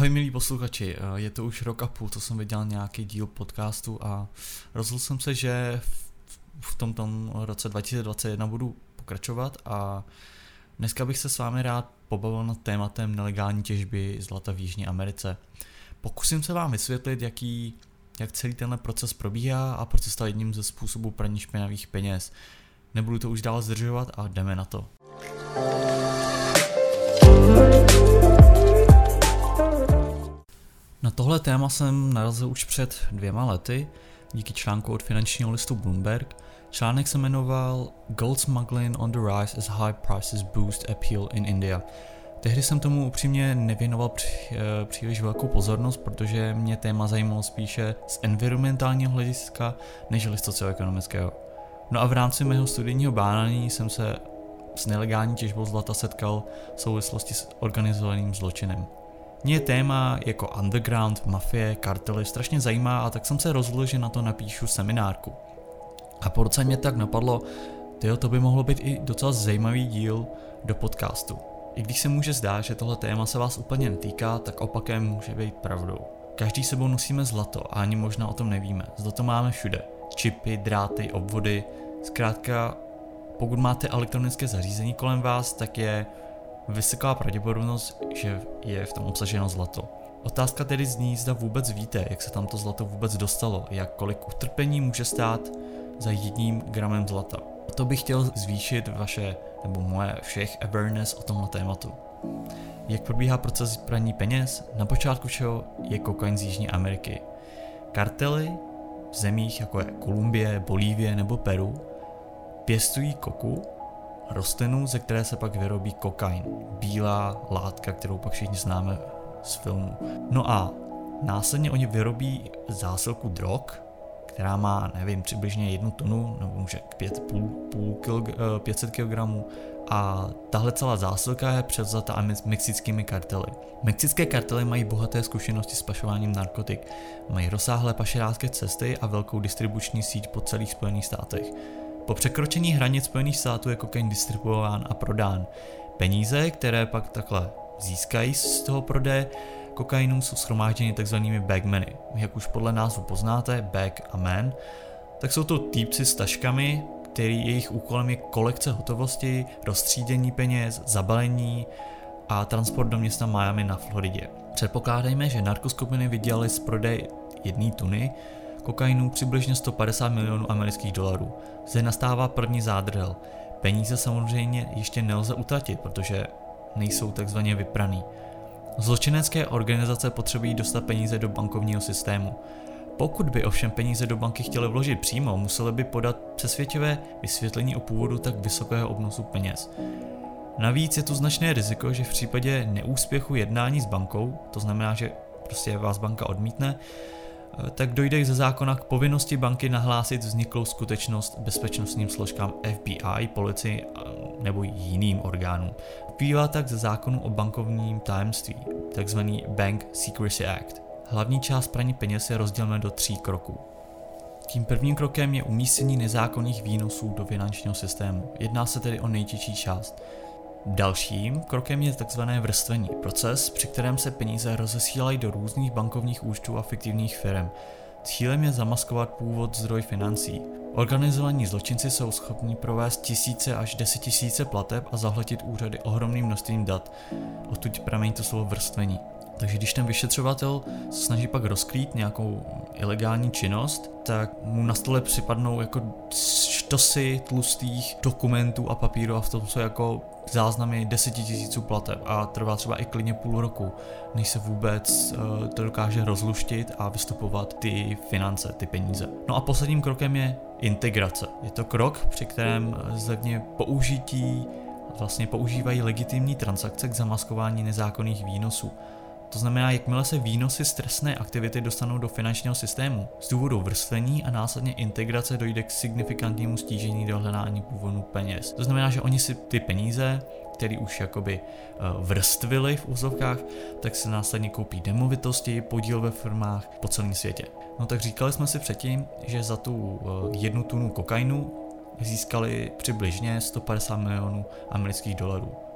Ahoj milí posluchači, je to už rok a půl, co jsem vydal nějaký díl podcastu a rozhodl jsem se, že v tomto roce 2021 budu pokračovat a dneska bych se s vámi rád pobavil nad tématem nelegální těžby zlata v Jižní Americe. Pokusím se vám vysvětlit, jak celý tenhle proces probíhá a proč se stal jedním ze způsobů praní špinavých peněz. Nebudu to už dál zdržovat a jdeme na to. Na tohle téma jsem narazil už před 2 lety díky článku od finančního listu Bloomberg. Článek se jmenoval Gold Smuggling on the Rise as High Prices Boost Appeal in India. Tehdy jsem tomu upřímně nevěnoval příliš velkou pozornost, protože mě téma zajímalo spíše z environmentálního hlediska než z socioekonomického. No a v rámci mého studijního bádání jsem se s nelegální těžbou zlata setkal v souvislosti s organizovaným zločinem. Mě téma jako underground, mafie, kartely strašně zajímá a tak jsem se rozhodl, že na to napíšu seminárku. A po roce mě tak napadlo, to by mohlo být i docela zajímavý díl do podcastu. I když se může zdát, že tohle téma se vás úplně netýká, tak opakem může být pravdou. Každý sebou nosíme zlato a ani možná o tom nevíme. Zlato máme všude. Čipy, dráty, obvody. Zkrátka, pokud máte elektronické zařízení kolem vás, tak je vysoká pravděpodobnost, že je v tom obsaženo zlato. Otázka tedy zní, zda vůbec víte, jak se tam to zlato vůbec dostalo, jak kolik utrpení může stát za 1 gramem zlata. A to bych chtěl zvýšit moje všech awareness o tomhle tématu. Jak probíhá proces praní peněz? Na počátku všeho je kokain z Jižní Ameriky. Kartely v zemích jako je Kolumbie, Bolívie nebo Peru pěstují koku, rostlinu, ze které se pak vyrobí kokain, bílá látka, kterou pak všichni známe z filmu. No a následně oni vyrobí zásilku drog, která má, přibližně 1 tunu, nebo může 500 kg a tahle celá zásilka je převzata mexickými kartely. Mexické kartely mají bohaté zkušenosti s pašováním narkotik, mají rozsáhlé pašerácké cesty a velkou distribuční síť po celých Spojených státech. Po překročení hranic Spojených států je kokain distribuován a prodán. Peníze, které pak takhle získají z toho prodeje kokainu, jsou shromážděny takzvanými bagmany. Jak už podle názvu poznáte, bag a man, tak jsou to týpci s taškami, který jejich úkolem je kolekce hotovosti, roztřídění peněz, zabalení a transport do města Miami na Floridě. Předpokládejme, že narkoskupiny vydělaly z prodeje 1 tuny kokainu přibližně 150 milionů amerických dolarů. Zde nastává první zádrhel. Peníze samozřejmě ještě nelze utratit, protože nejsou takzvaně vypraný. Zločinecké organizace potřebují dostat peníze do bankovního systému. Pokud by ovšem peníze do banky chtěli vložit přímo, museli by podat přesvědčivé vysvětlení o původu tak vysokého obnosu peněz. Navíc je tu značné riziko, že v případě neúspěchu jednání s bankou, to znamená, že prostě vás banka odmítne, tak dojde ze zákona k povinnosti banky nahlásit vzniklou skutečnost bezpečnostním složkám FBI, policii nebo jiným orgánům. Vyplývá tak ze zákonu o bankovním tajemství, takzvaný Bank Secrecy Act. Hlavní část praní peněz je rozdělena do 3 kroků. Tím prvním krokem je umístění nezákonných výnosů do finančního systému. Jedná se tedy o nejtěžší část. Dalším krokem je takzvané vrstvení, proces, při kterém se peníze rozesílají do různých bankovních účtů a fiktivních firm. Cílem je zamaskovat původ zdroj financí. Organizovaní zločinci jsou schopni provést tisíce až 10 000 plateb a zahltit úřady ohromným množstvím dat. Odtud pramení to slovo vrstvení. Takže když ten vyšetřovatel se snaží pak rozkrýt nějakou ilegální činnost, tak mu na stole připadnou jako štosy tlustých dokumentů a papíru a v tom jsou jako záznamy 10 000 plateb a trvá třeba i klidně půl roku, než se vůbec to dokáže rozluštit a vystupovat ty finance, ty peníze. No a posledním krokem je integrace. Je to krok, při kterém zlevně používají legitimní transakce k zamaskování nezákonných výnosů. To znamená, jakmile se výnosy z trestné aktivity dostanou do finančního systému, z důvodu vrstvení a následně integrace dojde k signifikantnímu stížení dohledání původu peněz. To znamená, že oni si ty peníze, které už jakoby vrstvili v úzovkách, tak se následně koupí nemovitosti, podíl ve firmách po celém světě. No tak říkali jsme si předtím, že za tu 1 tunu kokainu získali přibližně 150 milionů amerických dolarů.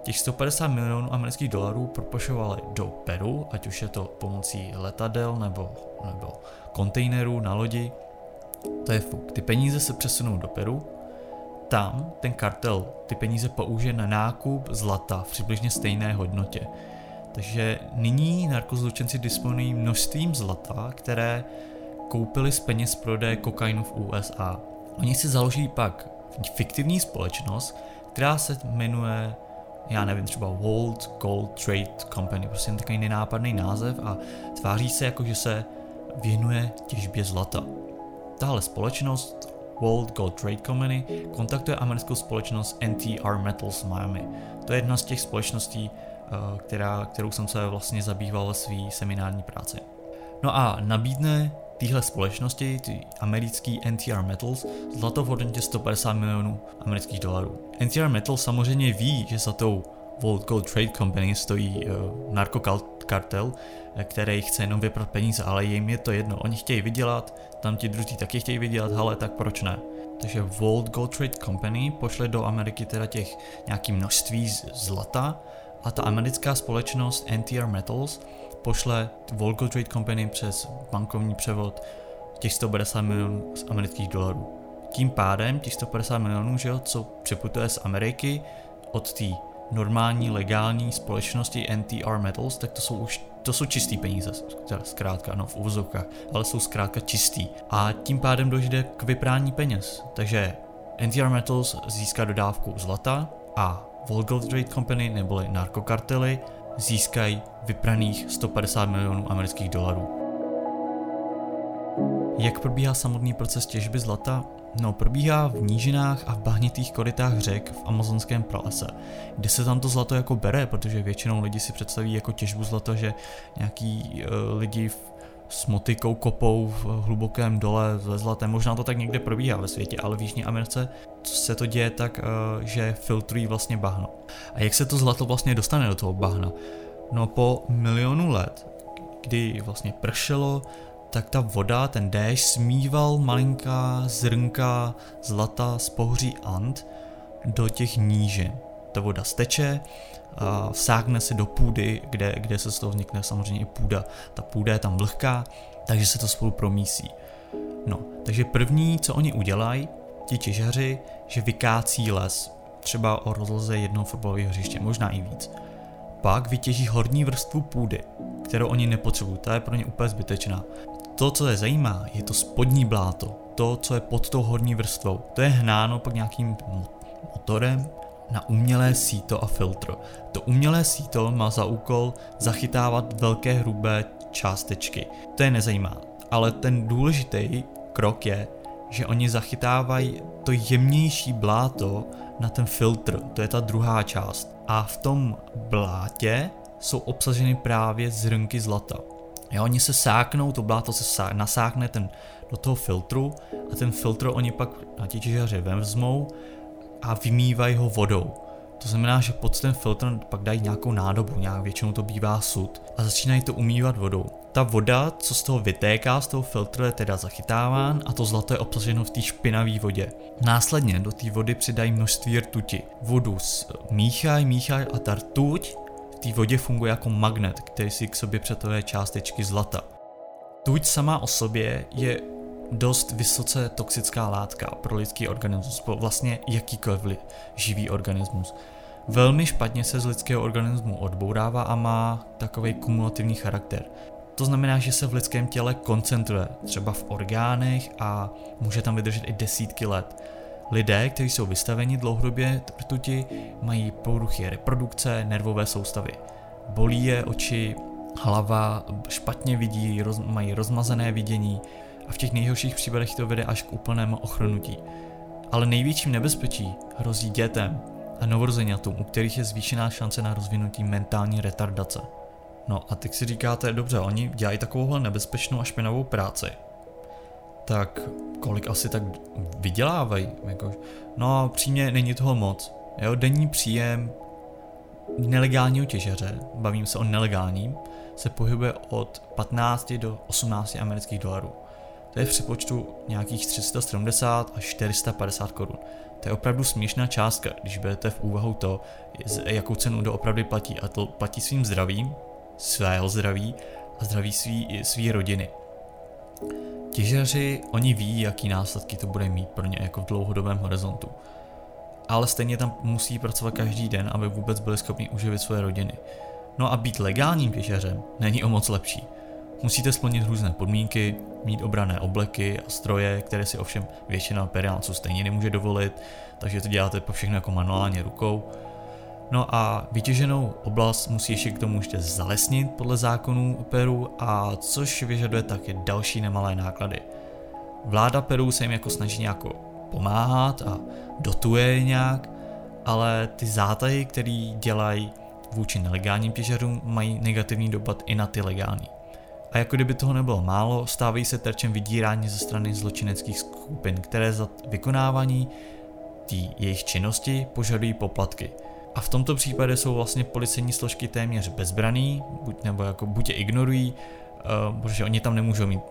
Těch 150 milionů amerických dolarů propošovali do Peru, ať už je to pomocí letadel nebo kontejnerů na lodi. To je fuk. Ty peníze se přesunou do Peru, tam ten kartel ty peníze použije na nákup zlata v přibližně stejné hodnotě. Takže nyní narkozločenci disponují množstvím zlata, které koupili z peněz prodeje kokainu v USA. Oni si založí pak fiktivní společnost, která se jmenuje, já nevím, třeba World Gold Trade Company, prostě takový nenápadný název a tváří se jako, že se věnuje těžbě zlata. Tahle společnost World Gold Trade Company kontaktuje americkou společnost NTR Metals Miami. To je jedna z těch společností, kterou jsem se vlastně zabýval ve své seminární práci. No a nabídne téhle společnosti, ty americký NTR Metals, zlato v hodnotě 150 milionů amerických dolarů. NTR Metals samozřejmě ví, že za tou World Gold Trade Company stojí narkokartel, který chce jenom vyprat peníze, ale jim je to jedno. Oni chtějí vydělat, tam ti druzí taky chtějí vydělat, ale tak proč ne? Takže World Gold Trade Company pošle do Ameriky teda těch nějaký množství zlata a ta americká společnost NTR Metals pošle World Gold Trade Company přes bankovní převod těch 150 milionů amerických dolarů. Tím pádem těch 150 milionů, že jo, co přeputuje z Ameriky od té normální legální společnosti NTR Metals, tak to jsou čistý peníze, zkrátka, no v uvozovkách, ale jsou zkrátka čistý. A tím pádem dojde k vyprání peněz. Takže NTR Metals získá dodávku zlata a World Gold Trade Company neboli narkokartely získají vypraných 150 milionů amerických dolarů. Jak probíhá samotný proces těžby zlata? No, probíhá v nížinách a v bahnětých korytách řek v amazonském pralese, kde se tam to zlato jako bere, protože většinou lidi si představí jako těžbu zlata, že nějaký lidi s motykou kopou v hlubokém dole ze zlatem, možná to tak někde probíhá ve světě, ale v Jižní Americe se to děje tak, že filtrují vlastně bahno. A jak se to zlato vlastně dostane do toho bahna? No, po milionu let, kdy vlastně pršelo, tak ta voda, ten déšť smíval malinká zrnka zlata z pohoří And do těch nížin. Ta voda steče, vsákne se do půdy, kde se z toho vznikne samozřejmě i půda. Ta půda je tam vlhká, takže se to spolu promísí. No, takže první, co oni udělají, ti těžaři, že vykácí les, třeba o rozloze jednoho fotbalového hřiště, možná i víc. Pak vytěží horní vrstvu půdy, kterou oni nepotřebují, ta je pro ně úplně zbytečná. To, co je zajímá, je to spodní bláto, to, co je pod tou horní vrstvou. To je hnáno pak nějakým motorem na umělé síto a filtr. To umělé síto má za úkol zachytávat velké hrubé částečky. To je nezajímá, ale ten důležitý krok je, že oni zachytávají to jemnější bláto na ten filtr, to je ta druhá část. A v tom blátě jsou obsaženy právě zrnky zlata. Jo, oni se sáknou, to bláto se nasákne do toho filtru a ten filtr oni pak na ti těžaři vezmou a vymývají ho vodou. To znamená, že pod ten filtr pak dají nějakou nádobu, většinou to bývá sud a začínají to umývat vodou. Ta voda, co z toho vytéká, z toho filtru, je teda zachytáván a to zlato je obsaženo v té špinavé vodě. Následně do té vody přidají množství rtuti. Vodu míchají a ta rtuť v té vodě funguje jako magnet, který si k sobě přetahuje částečky zlata. Rtuť sama o sobě je dost vysoce toxická látka pro lidský organismus, pro vlastně jakýkoliv živý organismus. Velmi špatně se z lidského organismu odbourává a má takový kumulativní charakter. To znamená, že se v lidském těle koncentruje, třeba v orgánech a může tam vydržet i desítky let. Lidé, kteří jsou vystaveni dlouhodobě rtuti, mají poruchy reprodukce, nervové soustavy. Bolí je oči, hlava, špatně vidí, mají rozmazené vidění a v těch nejhorších případech to vede až k úplnému ochrnutí. Ale největším nebezpečí hrozí dětem a novorozenatům, u kterých je zvýšená šance na rozvinutí mentální retardace. No a teď si říkáte, dobře, oni dělají takovouhle nebezpečnou a špinavou práci. Tak kolik asi tak vydělávají? No přímě není toho moc. Jo, denní příjem nelegálního těžaře, bavím se o nelegálním, se pohybuje od 15 do 18 amerických dolarů. to je v přepočtu nějakých 370 až 450 korun. To je opravdu směšná částka, když berete v úvahu to, jakou cenu doopravdy platí. A to platí svým zdravím, svého zdraví a zdraví svý rodiny. Těžaři, oni ví, jaký následky to bude mít pro ně jako v dlouhodobém horizontu. Ale stejně tam musí pracovat každý den, aby vůbec byli schopni uživit své rodiny. No a být legálním těžařem není o moc lepší. Musíte splnit různé podmínky, mít obranné obleky a stroje, které si ovšem většina Peruánců stejně nemůže dovolit, takže to děláte po všechno jako manuálně rukou. No a vytěženou oblast musí ještě k tomu ještě zalesnit podle zákonů Peru, a což vyžaduje také další nemalé náklady. Vláda Peru se jim jako snaží nějak pomáhat a dotuje je nějak, ale ty zátahy, které dělají vůči nelegálním těžařům, mají negativní dopad i na ty legální. A jako kdyby toho nebylo málo, stávají se terčem vydírání ze strany zločineckých skupin, které za vykonávání jejich činnosti požadují poplatky. A v tomto případě jsou vlastně policejní složky téměř bezbraný, buď je ignorují, protože oni tam nemůžou mít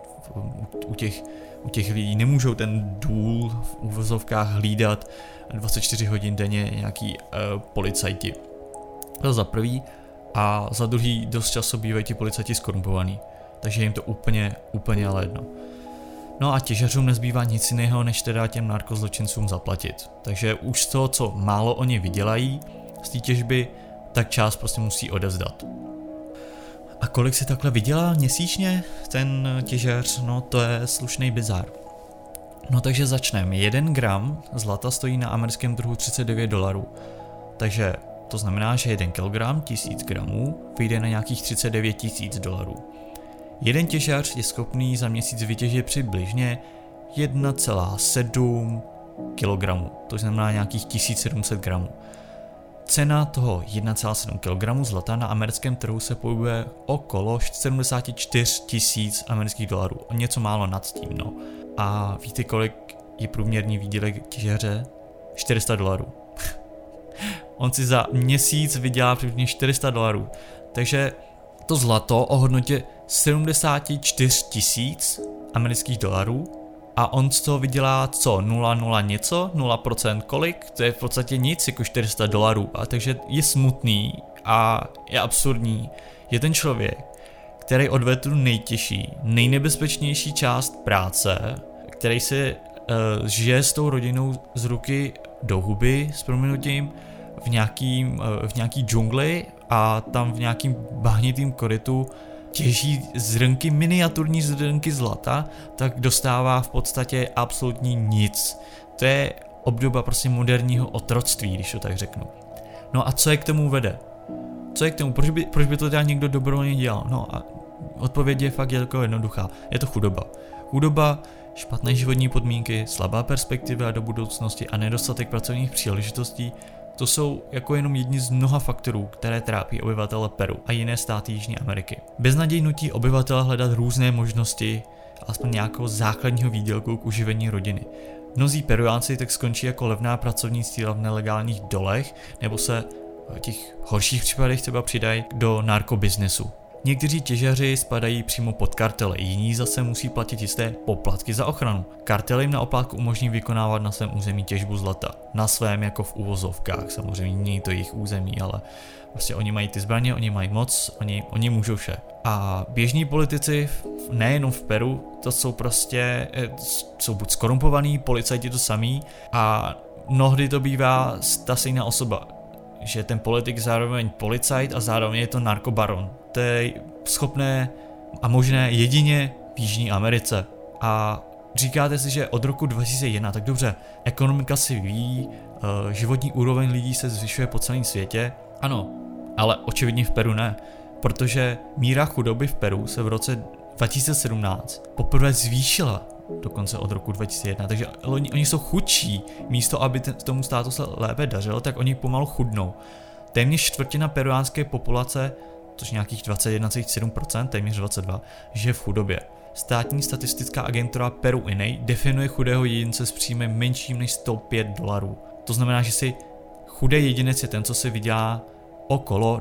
u těch lidí, nemůžou ten důl v uvozovkách hlídat 24 hodin denně nějaký policajti. To za prvý, a za druhý dost často bývají ti policajti skorumpovaní, takže jim to úplně ale jedno. No a těžařům nezbývá nic jiného, než teda těm narkozločincům zaplatit. Takže už z toho, co málo oni vydělají z té těžby, tak část prostě musí odevzdat. A kolik si takhle vydělá měsíčně ten těžař? No to je slušný bizár. No takže začneme. 1 gram zlata stojí na americkém trhu $39. Takže to znamená, že 1 kilogram, 1000 gramů, vyjde na nějakých $39,000. Jeden těžař je schopný za měsíc vytěžit přibližně 1,7 kg, to znamená nějakých 1700 gramů. Cena toho 1,7 kg zlata na americkém trhu se pohybuje okolo 74 000 amerických dolarů, o něco málo nad tím, no. A víte, kolik je průměrný výdělek těžaře? $400. On si za měsíc vydělá přibližně $400, takže to zlato o hodnotě 74 000 amerických dolarů a on z toho vydělá co? 0,0 něco? 0% kolik? To je v podstatě nic, jako $400. A takže je smutný a je absurdní. Je ten člověk, který odvedl tu nejtěžší, nejnebezpečnější část práce, který se žije s tou rodinou z ruky do huby s prominutím v nějaký džungli a tam v nějakým bahnitým korytu těží zrnky, miniaturní zrnky zlata, tak dostává v podstatě absolutně nic. To je obdoba prostě moderního otroctví, když to tak řeknu. No a co je k tomu vede? Co je k tomu? Proč by to teda někdo dobrovolně dělal? No a odpověď je fakt jako jednoduchá. Je to chudoba. Chudoba, špatné životní podmínky, slabá perspektiva do budoucnosti a nedostatek pracovních příležitostí. To jsou jako jenom jedni z mnoha faktorů, které trápí obyvatele Peru a jiné státy Jižní Ameriky. Beznaděj nutí obyvatele hledat různé možnosti, alespoň nějakého základního výdělku k uživení rodiny. Mnozí Peruánci tak skončí jako levná pracovní síla v nelegálních dolech, nebo se v těch horších případech třeba přidají do narkobiznesu. Někteří těžaři spadají přímo pod kartely, jiní zase musí platit jisté poplatky za ochranu. Kartely jim na oplátku umožní vykonávat na svém území těžbu zlata. Na svém jako v uvozovkách, samozřejmě není to jejich území, ale prostě oni mají ty zbraně, oni mají moc, oni můžou vše. A běžní politici, nejenom v Peru, to jsou prostě, jsou buď skorumpovaní, policajti to samý a mnohdy to bývá ta stejná osoba. Že ten politik zároveň policajt a zároveň je to narkobaron. To je schopné a možné jedině v Jižní Americe. A říkáte si, že od roku 2001, tak dobře, ekonomika si vyvíjí, životní úroveň lidí se zvyšuje po celém světě. Ano, ale očividně v Peru ne, protože míra chudoby v Peru se v roce 2017 poprvé zvýšila dokonce od roku 2001, takže oni jsou chudší, místo aby tomu státu se lépe dařilo, tak oni pomalu chudnou. Téměř čtvrtina peruánské populace, což nějakých 21,7%, téměř 22%, žije v chudobě. Státní statistická agentura Peru INEI definuje chudého jedince s příjmem menším než $105. To znamená, že si chudý jedinec je ten, co si vydělá okolo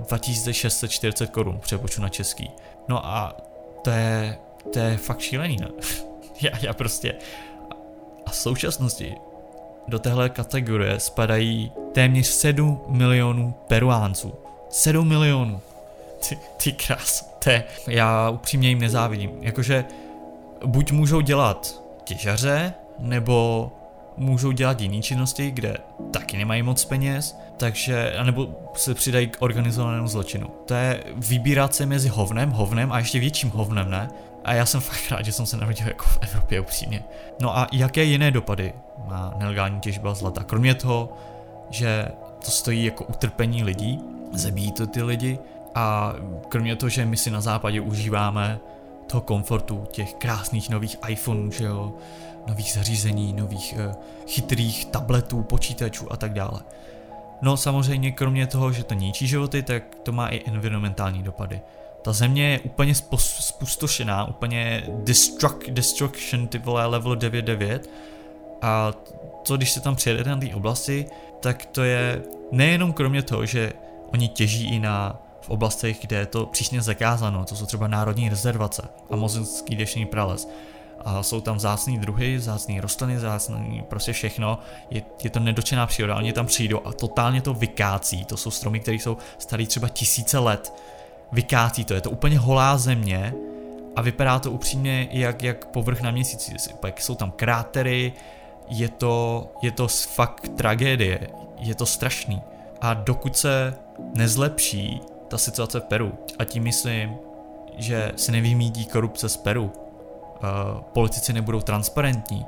2640 korun, přepočtu na český. No a to je fakt šílený, ne? Já prostě... A v současnosti do téhle kategorie spadají téměř 7 milionů Peruánců. 7 milionů. Ty krás. Já upřímně jim nezávidím. Jakože buď můžou dělat těžaře, nebo můžou dělat jiné činnosti, kde taky nemají moc peněz, takže, anebo se přidají k organizovanému zločinu. To je vybírat se mezi hovnem a ještě větším hovnem, ne? A já jsem fakt rád, že jsem se narodil jako v Evropě upřímně. No a jaké jiné dopady má nelegální těžba zlata? Kromě toho, že to stojí jako utrpení lidí, zabíjí to ty lidi, a kromě toho, že my si na západě užíváme toho komfortu, těch krásných nových iPhoneů, že jo, nových zařízení, nových chytrých tabletů, počítačů a tak dále. No samozřejmě kromě toho, že to ničí životy, tak to má i environmentální dopady. Ta země je úplně spustošená, úplně destruction, ty vole, level 9.9, a to, když se tam přijedete na té oblasti, tak to je nejenom kromě toho, že oni těží i v oblastech, kde je to přísně zakázáno, to jsou třeba národní rezervace, amazonský deštný prales. A jsou tam vzácný druhy, vzácný rostliny, vzácný prostě všechno, je to nedotčená příroda, oni tam přijdou a totálně to vykácí, to jsou stromy, které jsou starý třeba tisíce let, vykácí to, je to úplně holá země a vypadá to upřímně jak povrch na měsíci, jsou tam krátery, je to fakt tragédie, je to strašný. A dokud se nezlepší ta situace v Peru, a tím myslím, že se nevymítí korupce z Peru, politici nebudou transparentní,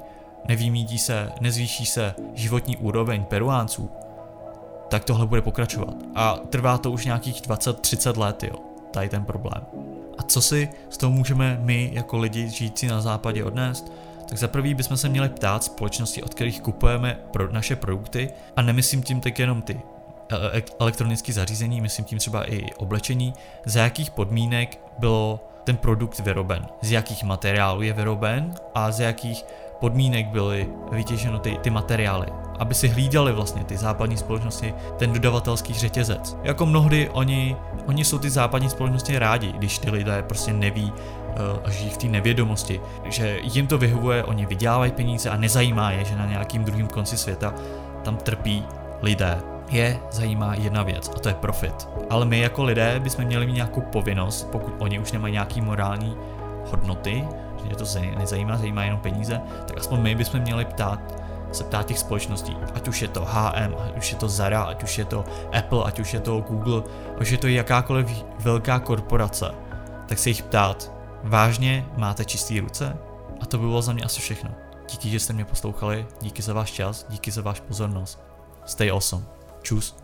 nezvýší se životní úroveň Peruánců, tak tohle bude pokračovat. A trvá to už nějakých 20-30 let, jo, tady ten problém. A co si z toho můžeme my jako lidi žijící na západě odnést? Tak za prvý bychom se měli ptát společnosti, od kterých kupujeme naše produkty, a nemyslím tím tak jenom ty elektronické zařízení, myslím tím třeba i oblečení, za jakých podmínek bylo ten produkt vyroben, z jakých materiálů je vyroben a z jakých podmínek byly vytěženo ty materiály, aby si hlídali vlastně ty západní společnosti ten dodavatelský řetězec. Jako mnohdy oni jsou ty západní společnosti rádi, když ty lidé prostě neví a žijí v té nevědomosti, že jim to vyhovuje, oni vydělávají peníze a nezajímá je, že na nějakým druhém konci světa tam trpí lidé. Je zajímá jedna věc, a to je profit. Ale my jako lidé bychom měli mít nějakou povinnost, pokud oni už nemají nějaký morální hodnoty, že je to nezajímá, zajímá jenom peníze, tak aspoň my bychom měli se ptát těch společností, ať už je to H&M, ať už je to Zara, ať už je to Apple, ať už je to Google, ať už je to jakákoliv velká korporace, tak se jich ptát, vážně máte čisté ruce? A to by bylo za mě asi všechno. Díky, že jste mě poslouchali, díky za váš čas, díky za váš pozornost. Stay awesome. Tschüss.